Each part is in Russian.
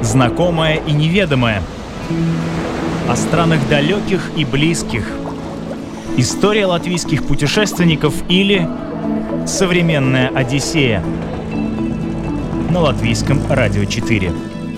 знакомое и неведомое, о странах далеких и близких, история латвийских путешественников или современная Одиссея на Латвийском радио 4.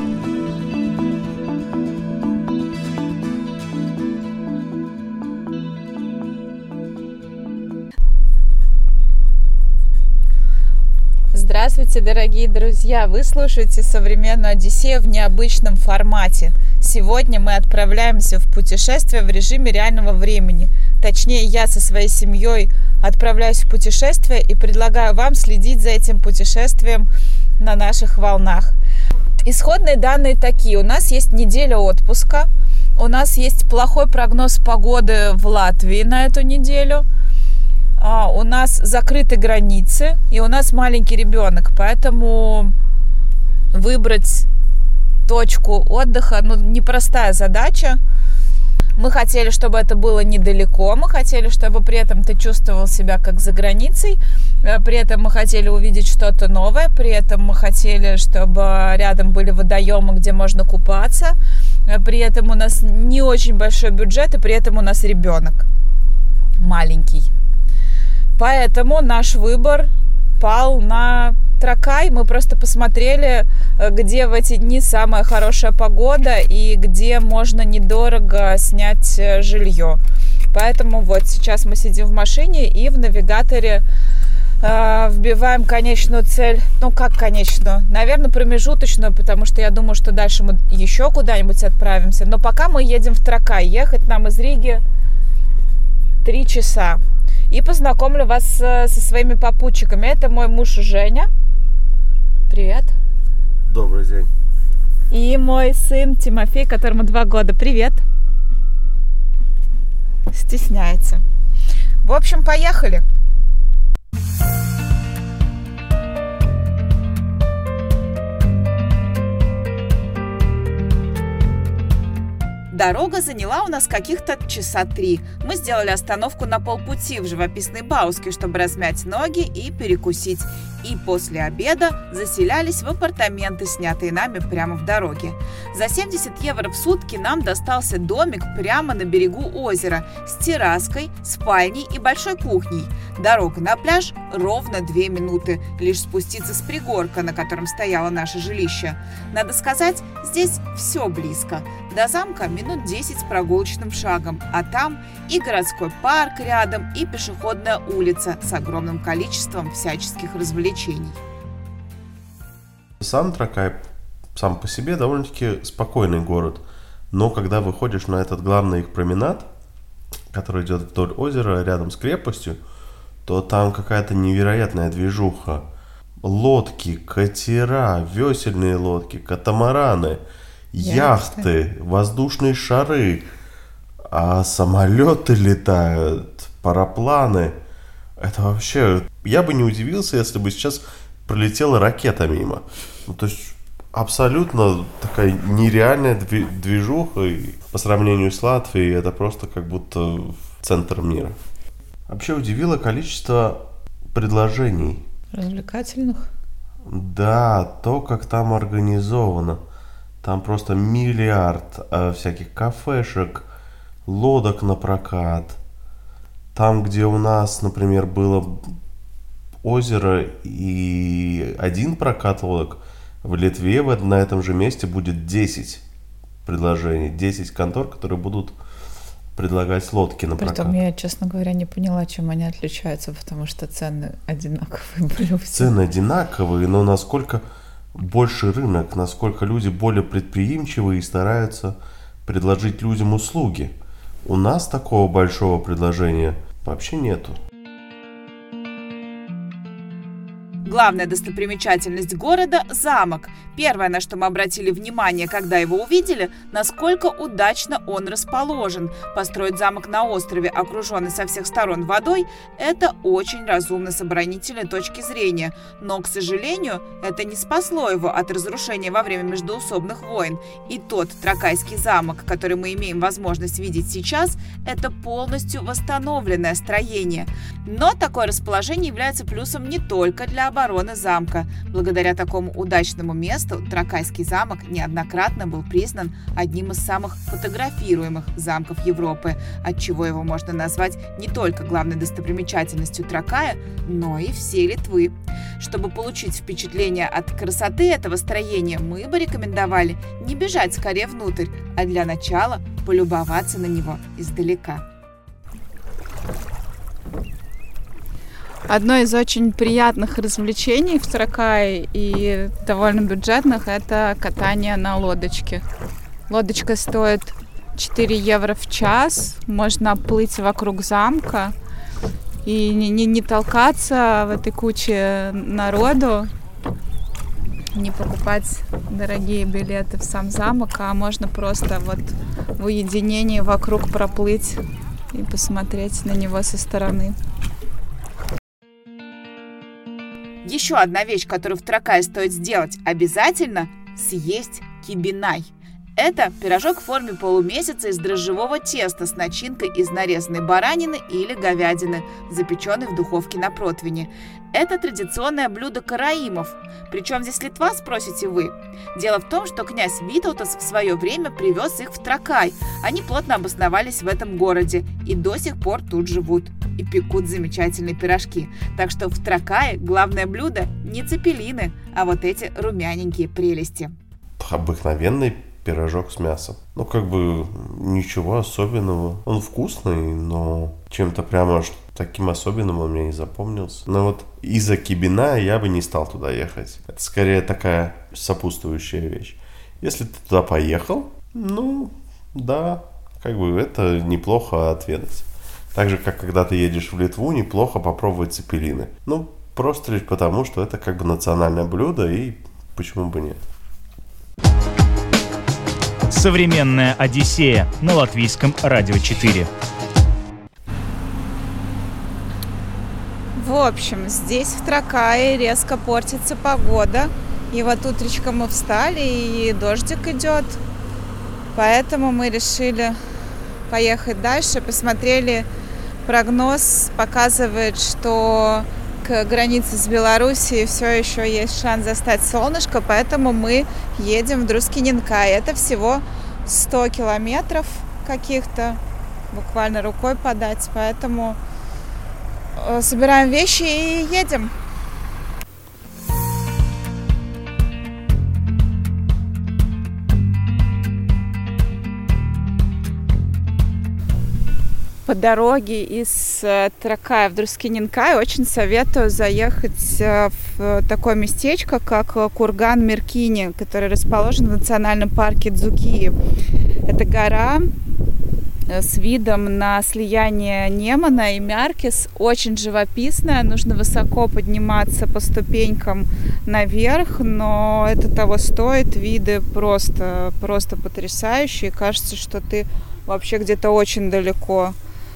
Здравствуйте, дорогие друзья! Вы слушаете «Современную Одиссею» в необычном формате. Сегодня мы отправляемся в путешествие в режиме реального времени. Точнее, я со своей семьей отправляюсь в путешествие и предлагаю вам следить за этим путешествием на наших волнах. Исходные данные такие. У нас есть неделя отпуска. У нас есть плохой прогноз погоды в Латвии на эту неделю. У нас закрыты границы, и у нас маленький ребенок, поэтому выбрать точку отдыха, непростая задача. Мы хотели, чтобы это было недалеко, мы хотели, чтобы при этом ты чувствовал себя как за границей, при этом мы хотели увидеть что-то новое, при этом мы хотели, чтобы рядом были водоемы, где можно купаться, при этом у нас не очень большой бюджет, и при этом у нас ребенок маленький. Поэтому наш выбор пал на Тракай. Мы просто посмотрели, где в эти дни самая хорошая погода и где можно недорого снять жилье. Поэтому вот сейчас мы сидим в машине и в навигаторе вбиваем конечную цель. Как конечную? Наверное, промежуточную, потому что я думаю, что дальше мы еще куда-нибудь отправимся. Но пока мы едем в Тракай. Ехать нам из Риги 3 часа. И познакомлю вас со своими попутчиками. Это мой муж Женя. Привет. Добрый день. И мой сын Тимофей, которому 2 года. Привет. Стесняется. В общем, поехали. Дорога заняла у нас каких-то часа 3. Мы сделали остановку на полпути в живописной Бауске, чтобы размять ноги и перекусить. И после обеда заселялись в апартаменты, снятые нами прямо в дороге. За 70 евро в сутки нам достался домик прямо на берегу озера с терраской, спальней и большой кухней. Дорога на пляж ровно 2 минуты, лишь спуститься с пригорка, на котором стояло наше жилище. Надо сказать, здесь все близко. До замка минут 10 прогулочным шагом, а там и городской парк рядом, и пешеходная улица с огромным количеством всяческих развлечений. Сам Тракай сам по себе довольно-таки спокойный город, но когда выходишь на этот главный их променад, который идет вдоль озера рядом с крепостью, то там какая-то невероятная движуха. Лодки, катера, весельные лодки, катамараны, яхты, воздушные шары, а самолеты летают, парапланы. Это вообще... Я бы не удивился, если бы сейчас пролетела ракета мимо. То есть абсолютно такая нереальная движуха. И по сравнению с Латвией это просто как будто центр мира. Вообще удивило количество предложений. Развлекательных? Да, то, как там организовано. Там просто миллиард всяких кафешек, лодок на прокат. Там, где у нас, например, было озеро и 1 прокат лодок, в Литве на этом же месте будет 10 предложений, 10 контор, которые будут предлагать лодки на прокат. Притом я, честно говоря, не поняла, чем они отличаются, потому что цены одинаковые были у всех. Цены одинаковые, но насколько больше рынок, насколько люди более предприимчивые и стараются предложить людям услуги. У нас такого большого предложения вообще нету. Главная достопримечательность города – замок. Первое, на что мы обратили внимание, когда его увидели, насколько удачно он расположен. Построить замок на острове, окруженный со всех сторон водой – это очень разумно с оборонительной точки зрения. Но, к сожалению, это не спасло его от разрушения во время междоусобных войн. И тот Тракайский замок, который мы имеем возможность видеть сейчас, это полностью восстановленное строение. Но такое расположение является плюсом не только для обороны замка. Благодаря такому удачному месту Тракайский замок неоднократно был признан одним из самых фотографируемых замков Европы, отчего его можно назвать не только главной достопримечательностью Тракая, но и всей Литвы. Чтобы получить впечатление от красоты этого строения, мы бы рекомендовали не бежать скорее внутрь, а для начала полюбоваться на него издалека. Одно из очень приятных развлечений в Тракае и довольно бюджетных – это катание на лодочке. Лодочка стоит 4 евро в час, можно плыть вокруг замка и не толкаться в этой куче народу, не покупать дорогие билеты в сам замок, а можно просто вот в уединении вокруг проплыть и посмотреть на него со стороны. Еще одна вещь, которую в Тракае стоит сделать обязательно – съесть кибинай. Это пирожок в форме полумесяца из дрожжевого теста с начинкой из нарезанной баранины или говядины, запеченной в духовке на противне. Это традиционное блюдо караимов. Причем здесь Литва, спросите вы? Дело в том, что князь Витаутас в свое время привез их в Тракай. Они плотно обосновались в этом городе и до сих пор тут живут и пекут замечательные пирожки. Так что в Тракае главное блюдо не цепелины, а вот эти румяненькие прелести. Обыкновенный пирожок с мясом. Ну, как бы ничего особенного. Он вкусный, но чем-то прямо таким особенным он мне не запомнился. Но вот из-за кибина я бы не стал туда ехать. Это скорее такая сопутствующая вещь. Если ты туда поехал, ну, да, как бы это неплохо отведать. Так же, как когда ты едешь в Литву, неплохо попробовать цепелины. Ну, просто лишь потому, что это как бы национальное блюдо, и почему бы нет. Современная Одиссея на Латвийском радио 4. В общем, здесь в Тракае резко портится погода. И вот утречком мы встали, и дождик идет. Поэтому мы решили поехать дальше. Посмотрели, прогноз показывает, что к границе с Белоруссией все еще есть шанс застать солнышко, поэтому мы едем в Друскиненкай. Это всего 100 километров каких-то, буквально рукой подать, поэтому собираем вещи и едем. По дороге из Тракая в Друскиненкай очень советую заехать в такое местечко, как курган Меркини, который расположен в национальном парке Дзукии. Это гора с видом на слияние Немана и Мяркис, очень живописная. Нужно высоко подниматься по ступенькам наверх, но это того стоит. Виды просто потрясающие. Кажется, что ты вообще где-то очень далеко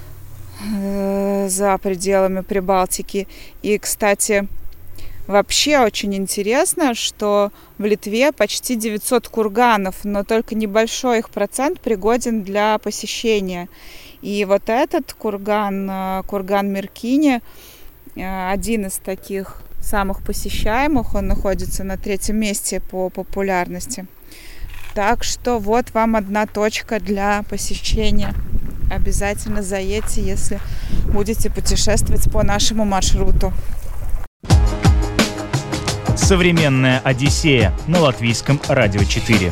за пределами Прибалтики. И, кстати, вообще очень интересно, что в Литве почти 900 курганов, но только небольшой их процент пригоден для посещения. И вот этот курган, курган Меркини, один из таких самых посещаемых, он находится на 3-м месте по популярности. Так что вот вам одна точка для посещения. Обязательно заедьте, если будете путешествовать по нашему маршруту. Современная Одиссея на Латвийском радио 4.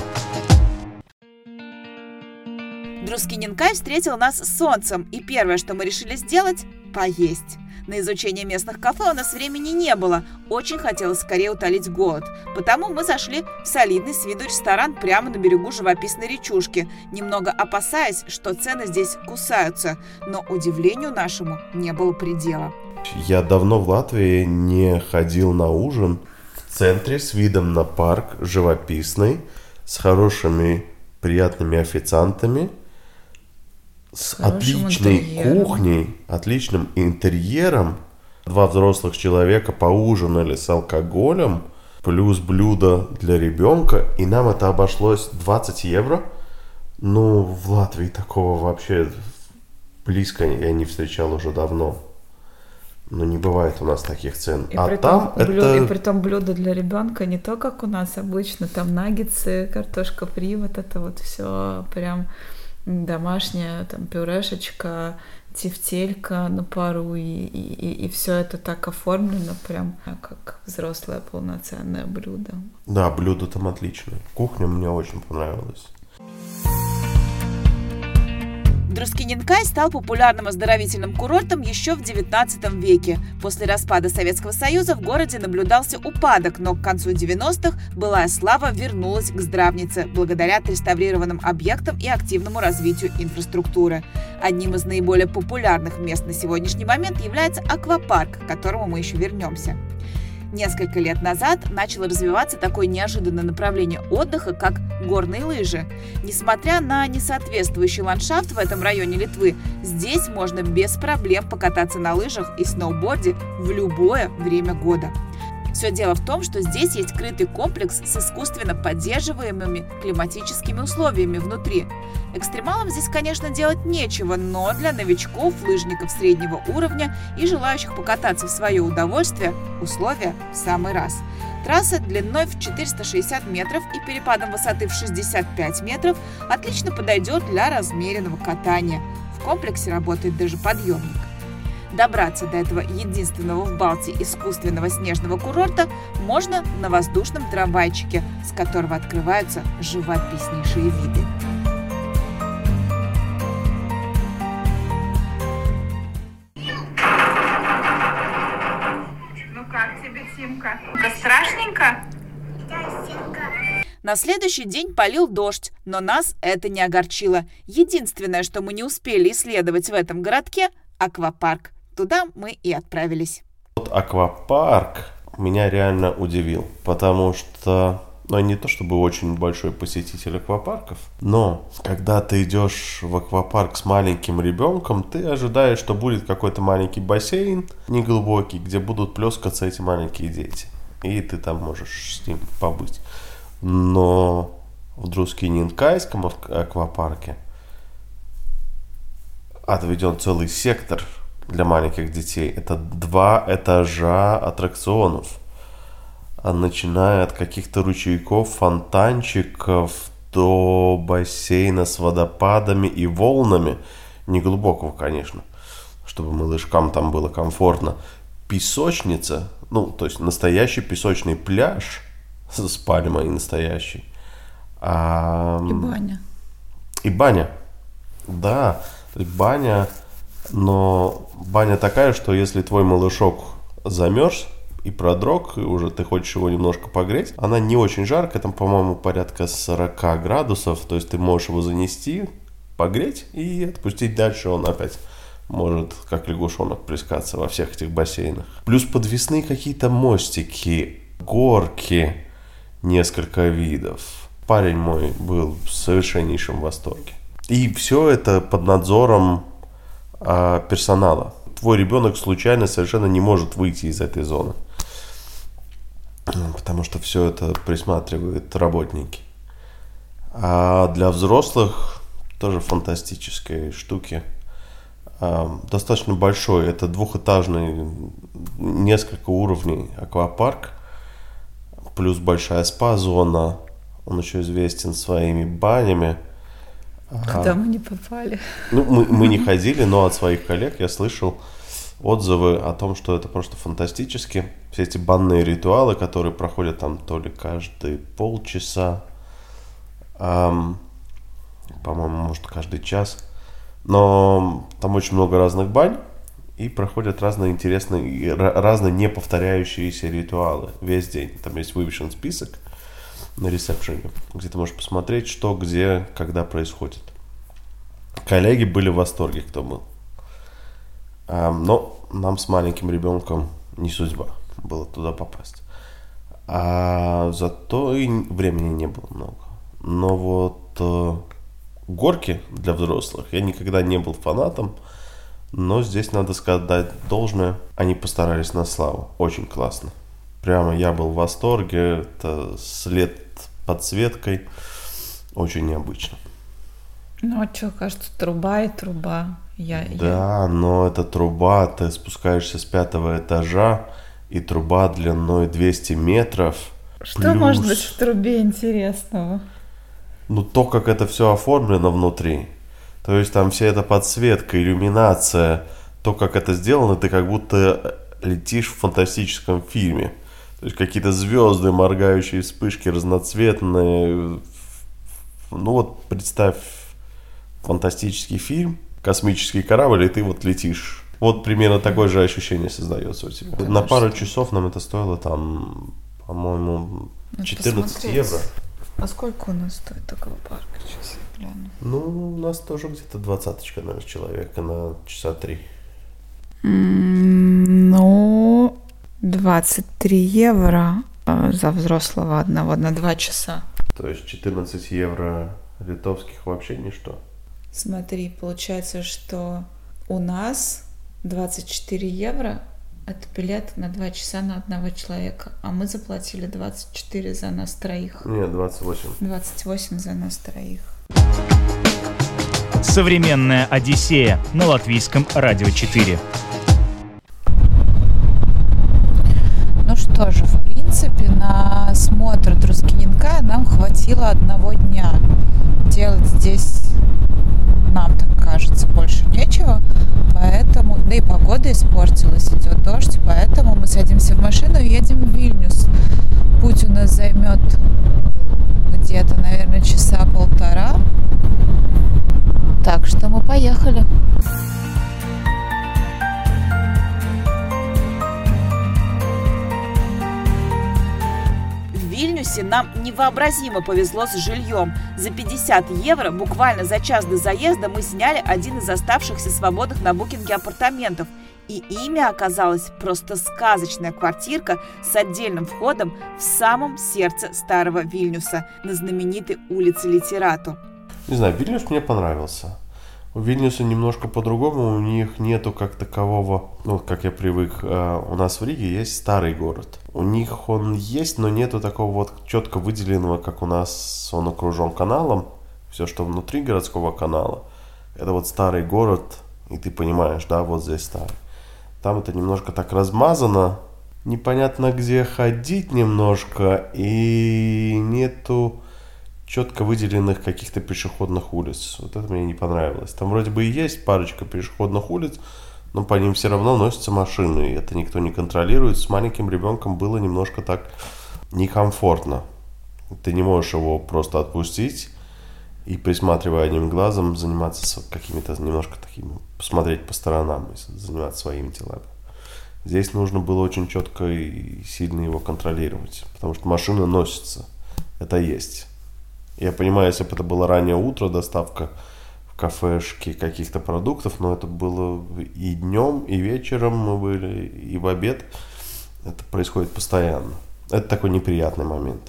Друскиненкай встретил нас с солнцем, и первое, что мы решили сделать – поесть. На изучение местных кафе у нас времени не было. Очень хотелось скорее утолить голод. Потому мы зашли в солидный с виду ресторан прямо на берегу живописной речушки, немного опасаясь, что цены здесь кусаются. Но удивлению нашему не было предела. Я давно в Латвии не ходил на ужин в центре с видом на парк, живописный, с хорошими, приятными официантами, с отличной кухней, отличным интерьером. 2 взрослых человека поужинали с алкоголем, плюс блюдо для ребенка, и нам это обошлось 20 евро. Ну, в Латвии такого вообще близко я не встречал уже давно. Но не бывает у нас таких цен. И А притом там это... И притом блюдо для ребенка не то, как у нас обычно, там наггетсы, картошка фри, вот это вот все прям домашняя, там пюрешечка, тефтелька на пару, и все это так оформлено, прям как взрослое полноценное блюдо. Да, блюдо там отличное. Кухня мне очень понравилась. Друскининкай стал популярным оздоровительным курортом еще в XIX веке. После распада Советского Союза в городе наблюдался упадок, но к концу 90-х былая слава вернулась к здравнице благодаря отреставрированным объектам и активному развитию инфраструктуры. Одним из наиболее популярных мест на сегодняшний момент является аквапарк, к которому мы еще вернемся. Несколько лет назад начало развиваться такое неожиданное направление отдыха, как горные лыжи. Несмотря на несоответствующий ландшафт в этом районе Литвы, здесь можно без проблем покататься на лыжах и сноуборде в любое время года. Все дело в том, что здесь есть крытый комплекс с искусственно поддерживаемыми климатическими условиями внутри. Экстремалам здесь, конечно, делать нечего, но для новичков, лыжников среднего уровня и желающих покататься в свое удовольствие условия в самый раз. Трасса длиной в 460 метров и перепадом высоты в 65 метров отлично подойдет для размеренного катания. В комплексе работает даже подъемник. Добраться до этого единственного в Балтии искусственного снежного курорта можно на воздушном трамвайчике, с которого открываются живописнейшие виды. Ну как тебе, Тимка? Страшненько? На следующий день полил дождь, но нас это не огорчило. Единственное, что мы не успели исследовать в этом городке – аквапарк. Туда мы и отправились. Вот аквапарк меня реально удивил, потому что, я не то чтобы очень большой посетитель аквапарков, но когда ты идешь в аквапарк с маленьким ребенком, ты ожидаешь, что будет какой-то маленький бассейн, неглубокий, где будут плескаться эти маленькие дети. И ты там можешь с ним побыть. Но в Друскининкайском аквапарке отведен целый сектор для маленьких детей. Это 2 этажа аттракционов. Начиная от каких-то ручейков, фонтанчиков до бассейна с водопадами и волнами. Неглубокого, конечно, чтобы малышкам там было комфортно. Песочница, то есть настоящий песочный пляж с пальмой настоящий. И баня. И баня. Да, то есть баня. Но баня такая, что если твой малышок замерз и продрог, и уже ты хочешь его немножко погреть, она не очень жаркая, там, по-моему, порядка 40 градусов, то есть ты можешь его занести, погреть и отпустить дальше, он опять может, как лягушонок, плескаться во всех этих бассейнах. Плюс подвесные какие-то мостики, горки, несколько видов. Парень мой был в совершеннейшем восторге. И все это под надзором персонала. Твой ребенок случайно совершенно не может выйти из этой зоны, потому что все это присматривают работники. А для взрослых тоже фантастические штуки. Достаточно большой, это 2-этажный, несколько уровней аквапарк, плюс большая спа-зона. Он еще известен своими банями. Куда мы не попали? Мы не ходили, но от своих коллег я слышал отзывы о том, что это просто фантастически. Все эти банные ритуалы, которые проходят там то ли каждые полчаса, по-моему, может, каждый час. Но там очень много разных бань, и проходят разные интересные, разные неповторяющиеся ритуалы весь день. Там есть вывешен список на ресепшене, где ты можешь посмотреть, что, где, когда происходит. Коллеги были в восторге, кто был. Но нам с маленьким ребенком не судьба было туда попасть. Зато и времени не было много. Но вот горки для взрослых я никогда не был фанатом, но здесь надо сказать должное, они постарались на славу. Очень классно. Прямо я был в восторге. Это с подсветкой. Очень необычно. Ну, а что, кажется, труба и труба. Да, но это труба, ты спускаешься с 5-го этажа, и труба длиной 200 метров. Что может быть в трубе интересного? Ну, то, как это все оформлено внутри. То есть там вся эта подсветка, иллюминация, то, как это сделано, ты как будто летишь в фантастическом фильме. То есть какие-то звезды, моргающие вспышки, разноцветные. Ну вот представь фантастический фильм, космический корабль, и ты вот летишь. Вот примерно такое же ощущение создается у тебя. Конечно. На пару часов нам это стоило там, по-моему, 14 евро. А сколько у нас стоит такого парка? Сейчас я гляну. Ну, у нас тоже где-то 20-очка, наверное, человека на часа 3. Ну, 23 евро за взрослого одного на 2 часа. То есть 14 евро литовских вообще ничто. Смотри, получается, что у нас 24 евро – это билет на 2 часа на одного человека, а мы заплатили 24 за нас троих. Нет, 28. 28 за нас троих. Современная Одиссея на Латвийском радио 4. Ну что же, в принципе, на осмотр Друскиненка нам хватило одного дня. Делать здесь, нам так кажется, больше нечего, поэтому, да и погода испортилась, идет дождь, поэтому мы садимся в машину и едем в Вильнюс. Путь у нас займет где-то, наверное, часа полтора, так что мы поехали. В Вильнюсе нам невообразимо повезло с жильем. За 50 евро, буквально за час до заезда, мы сняли один из оставшихся свободных на букинге апартаментов. И ими оказалась просто сказочная квартирка с отдельным входом в самом сердце старого Вильнюса, на знаменитой улице Литерату. Не знаю, Вильнюс мне понравился. У Вильнюса немножко по-другому, у них нету как такового, ну, как я привык, у нас в Риге есть старый город. У них он есть, но нету такого вот четко выделенного, как у нас он окружен каналом. Все, что внутри городского канала, это вот старый город, и ты понимаешь, да, вот здесь старый. Там это немножко так размазано, непонятно где ходить немножко, и нету четко выделенных каких-то пешеходных улиц. Вот это мне не понравилось. Там вроде бы и есть парочка пешеходных улиц, но по ним все равно носятся машины, и это никто не контролирует. С маленьким ребенком было немножко так некомфортно. Ты не можешь его просто отпустить и, присматривая одним глазом, заниматься какими-то немножко такими, посмотреть по сторонам и заниматься своими делами. Здесь нужно было очень четко и сильно его контролировать, потому что машина носится. Это есть. Я понимаю, если бы это было раннее утро, доставка в кафешке каких-то продуктов, но это было и днем, и вечером мы были, и в обед. Это происходит постоянно. Это такой неприятный момент.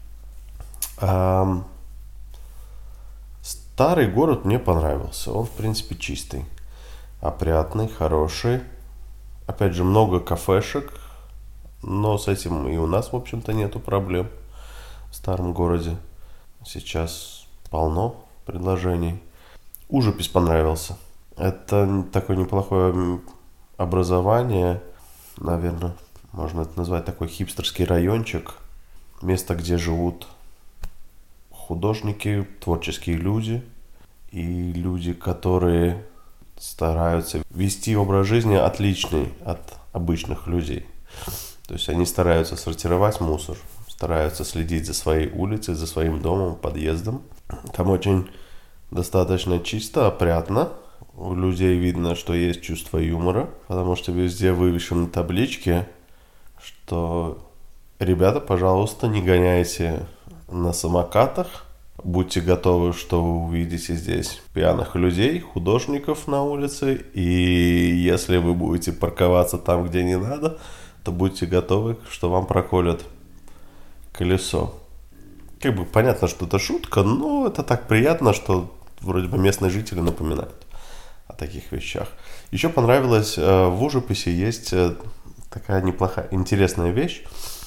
Старый город мне понравился. Он, в принципе, чистый, опрятный, хороший. Опять же, много кафешек, но с этим и у нас, в общем-то, нету проблем в старом городе. Сейчас полно предложений. Ужепис понравился. Это такое неплохое образование, наверное, можно это назвать такой хипстерский райончик. Место, где живут художники, творческие люди и люди, которые стараются вести образ жизни отличный от обычных людей. То есть они стараются сортировать мусор, стараются следить за своей улицей, за своим домом, подъездом. Там очень достаточно чисто, опрятно. У людей видно, что есть чувство юмора, потому что везде вывешены таблички, что ребята, пожалуйста, не гоняйте на самокатах. Будьте готовы, что вы увидите здесь пьяных людей, художников на улице. И если вы будете парковаться там, где не надо, то будьте готовы, что вам проколят колесо. Как бы понятно, что это шутка, но это так приятно, что вроде бы местные жители напоминают о таких вещах. Еще понравилось, в Ужеписе есть такая неплохая, интересная вещь.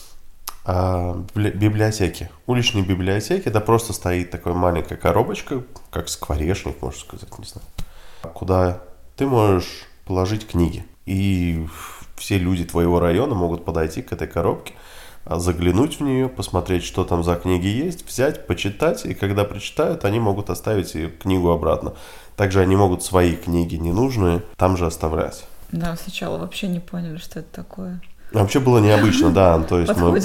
Библиотеки. Уличные библиотеки. Это просто стоит такая маленькая коробочка, как скворечник, можно сказать, не знаю. Куда ты ты можешь положить книги. И все люди твоего района могут подойти к этой коробке, заглянуть в нее, посмотреть, что там за книги есть, взять, почитать, и когда прочитают, они могут оставить книгу обратно. Также они могут свои книги ненужные там же оставлять. Да, сначала вообще не поняли, что это такое. Вообще было необычно, да, то есть мы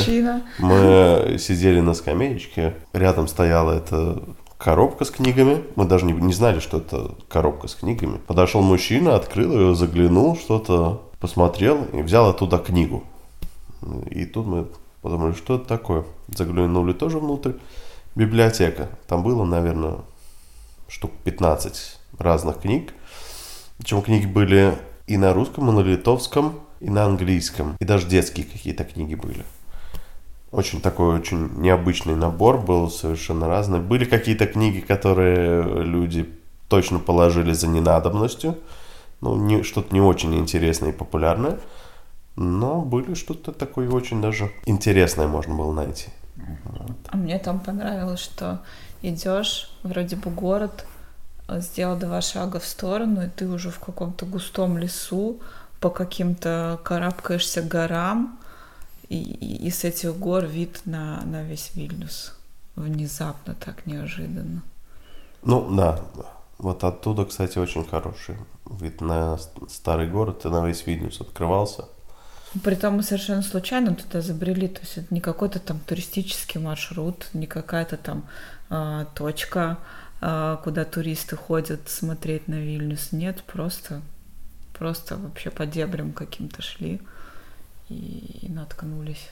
сидели на скамеечке, рядом стояла эта коробка с книгами, мы даже не знали, что это коробка с книгами. Подошел мужчина, открыл ее, заглянул, что-то посмотрел и взял оттуда книгу. И тут мы подумали, что это такое. Заглянули тоже внутрь. Библиотека. Там было, наверное, штук 15 разных книг. Причем книги были и на русском, и на литовском, и на английском. И даже детские какие-то книги были. Очень необычный набор был, совершенно разный. Были какие-то книги, которые люди точно положили за ненадобностью. Что-то не очень интересное и популярное. Но были что-то такое очень даже интересное можно было найти. Вот. А мне там понравилось, что идешь, вроде бы город, сделал 2 шага в сторону, и ты уже в каком-то густом лесу, по каким-то карабкаешься горам, и с этих гор вид на весь Вильнюс. Внезапно, так неожиданно. Да. Вот оттуда, кстати, очень хороший вид на старый город и на весь Вильнюс открывался. Притом мы совершенно случайно туда забрели, то есть это не какой-то там туристический маршрут, не какая-то там точка, куда туристы ходят смотреть на Вильнюс. Нет, просто вообще по дебрям каким-то шли и наткнулись.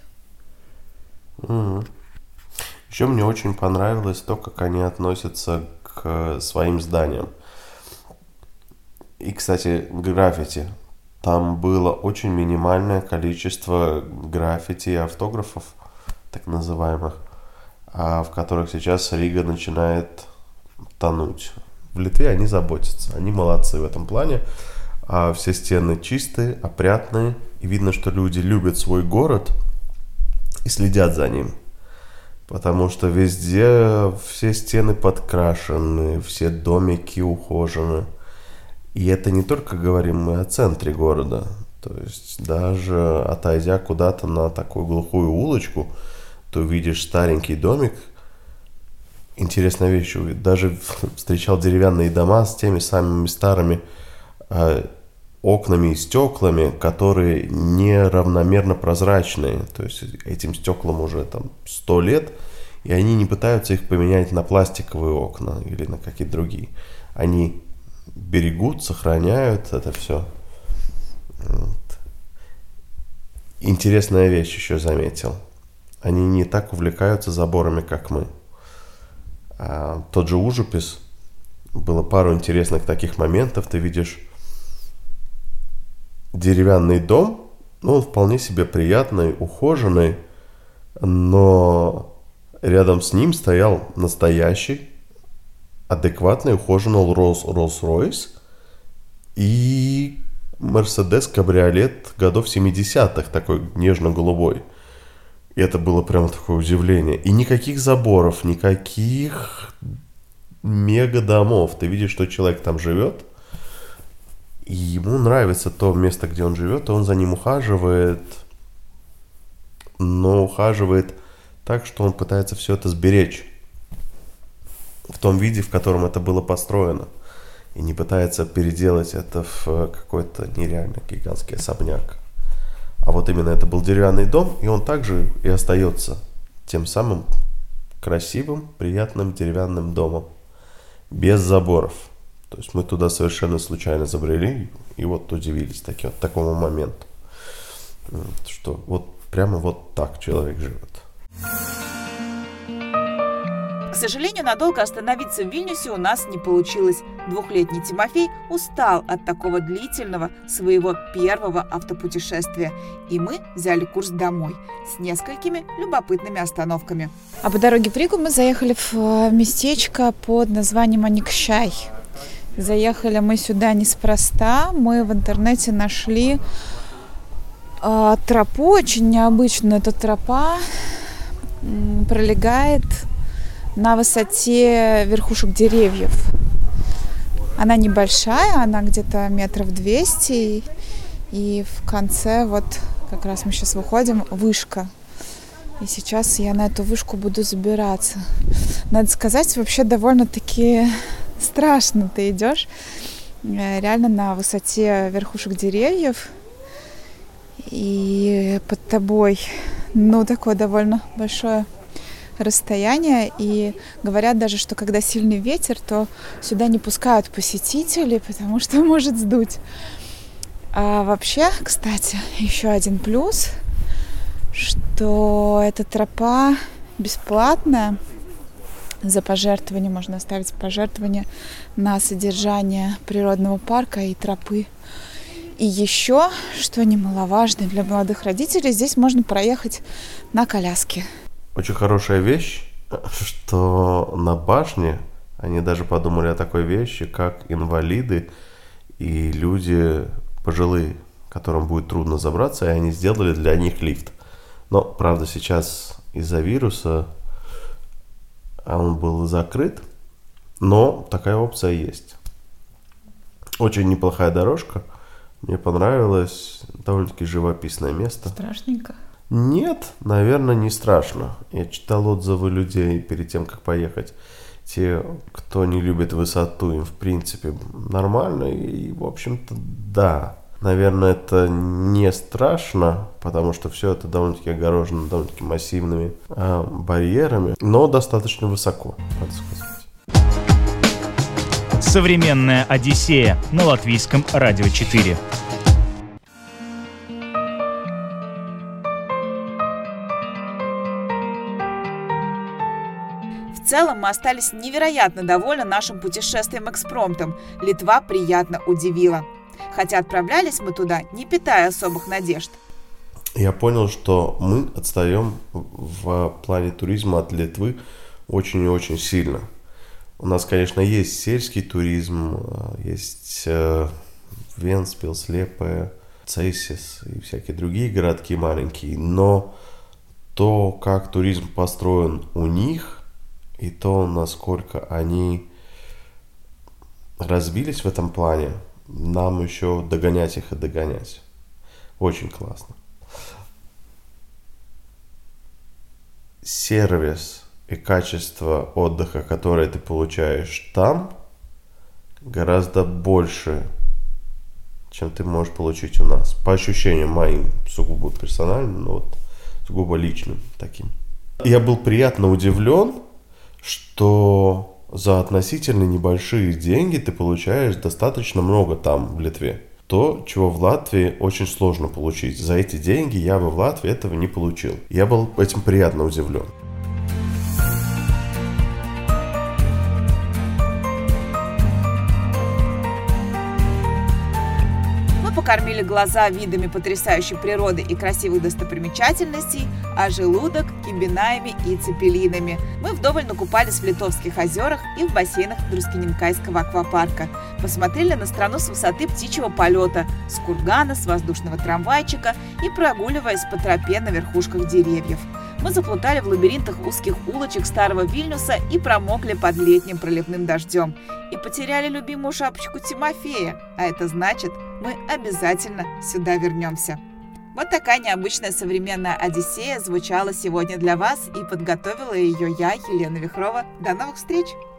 Еще мне очень понравилось то, как они относятся к своим зданиям. И, кстати, граффити. Там было очень минимальное количество граффити и автографов, так называемых, в которых сейчас Рига начинает тонуть. В Литве они заботятся, они молодцы в этом плане. Все стены чистые, опрятные, и видно, что люди любят свой город и следят за ним. Потому что везде все стены подкрашены, все домики ухожены. И это не только говорим мы о центре города. То есть даже отойдя куда-то на такую глухую улочку, ты увидишь старенький домик. Интересная вещь. Даже встречал деревянные дома с теми самыми старыми окнами и стеклами, которые неравномерно прозрачные. То есть этим стеклам уже 100 лет, и они не пытаются их поменять на пластиковые окна или на какие-то другие. Они берегут, сохраняют это все. Вот. Интересная вещь еще заметил. Они не так увлекаются заборами, как мы. Тот же Užupis, было пару интересных таких моментов. Ты видишь деревянный дом, он вполне себе приятный, ухоженный, но рядом с ним стоял настоящий, адекватный, ухоженный Rolls-Royce и Mercedes кабриолет годов 70-х, такой нежно-голубой. И это было прямо такое удивление. И никаких заборов, никаких мега-домов. Ты видишь, что человек там живет, и ему нравится то место, где он живет, и он за ним ухаживает, но ухаживает так, что он пытается все это сберечь в том виде, в котором это было построено, и не пытается переделать это в какой-то нереально гигантский особняк. А вот именно это был деревянный дом, и он также и остается тем самым красивым, приятным деревянным домом, без заборов. То есть мы туда совершенно случайно забрели и вот удивились такому моменту, что вот прямо вот так человек живет. К сожалению, надолго остановиться в Вильнюсе у нас не получилось. 2-летний Тимофей устал от такого длительного своего первого автопутешествия, и мы взяли курс домой с несколькими любопытными остановками. А по дороге в Ригу мы заехали в местечко под названием Аникшай. Заехали мы сюда неспроста. Мы в интернете нашли тропу, очень необычную. Эта тропа пролегает на высоте верхушек деревьев. Она небольшая, она где-то 200 метров. И в конце, вот как раз мы сейчас выходим, вышка. И сейчас я на эту вышку буду забираться. Надо сказать, вообще довольно-таки страшно ты идешь. Реально на высоте верхушек деревьев. И под тобой, такое довольно большое расстояние. И говорят даже, что когда сильный ветер, то сюда не пускают посетителей, потому что может сдуть. А вообще, кстати, еще один плюс, что эта тропа бесплатная. За пожертвование можно оставить пожертвование на содержание природного парка и тропы. И еще, что немаловажно для молодых родителей, здесь можно проехать на коляске. Очень хорошая вещь, что на башне они даже подумали о такой вещи, как инвалиды и люди пожилые, которым будет трудно забраться, и они сделали для них лифт. Но, правда, сейчас из-за вируса он был закрыт, но такая опция есть. Очень неплохая дорожка. Мне понравилось. Довольно-таки живописное место. Страшненько? Нет, наверное, не страшно. Я читал отзывы людей перед тем, как поехать. Те, кто не любит высоту, им в принципе нормально. И, в общем-то, да. Наверное, это не страшно, потому что все это довольно-таки огорожено довольно-таки массивными барьерами, но достаточно высоко, надо сказать. Современная Одиссея на Латвийском радио 4. В целом мы остались невероятно довольны нашим путешествием-экспромтом. Литва приятно удивила. Хотя отправлялись мы туда, не питая особых надежд. Я понял, что мы отстаем в плане туризма от Литвы очень и очень сильно. У нас, конечно, есть сельский туризм, есть Вентспилс, Лепе, Цейсис и всякие другие городки маленькие, но то, как туризм построен у них, и то, насколько они развились в этом плане, нам еще догонять их и догонять. Очень классно. Сервис и качество отдыха, которое ты получаешь там, гораздо больше, чем ты можешь получить у нас. По ощущениям моим, сугубо персональным, но вот сугубо личным таким. Я был приятно удивлен, что за относительно небольшие деньги ты получаешь достаточно много там, в Литве. То, чего в Латвии очень сложно получить. За эти деньги я бы в Латвии этого не получил. Я был этим приятно удивлен. Покормили глаза видами потрясающей природы и красивых достопримечательностей, а желудок кибинаями и цепелинами. Мы вдоволь накупались в Литовских озерах и в бассейнах Друскиненкайского аквапарка. Посмотрели на страну с высоты птичьего полета, с кургана, с воздушного трамвайчика и прогуливаясь по тропе на верхушках деревьев. Мы заплутали в лабиринтах узких улочек старого Вильнюса и промокли под летним проливным дождем. И потеряли любимую шапочку Тимофея, а это значит, мы обязательно сюда вернемся. Вот такая необычная современная Одиссея звучала сегодня для вас, и подготовила ее я, Елена Вихрова. До новых встреч!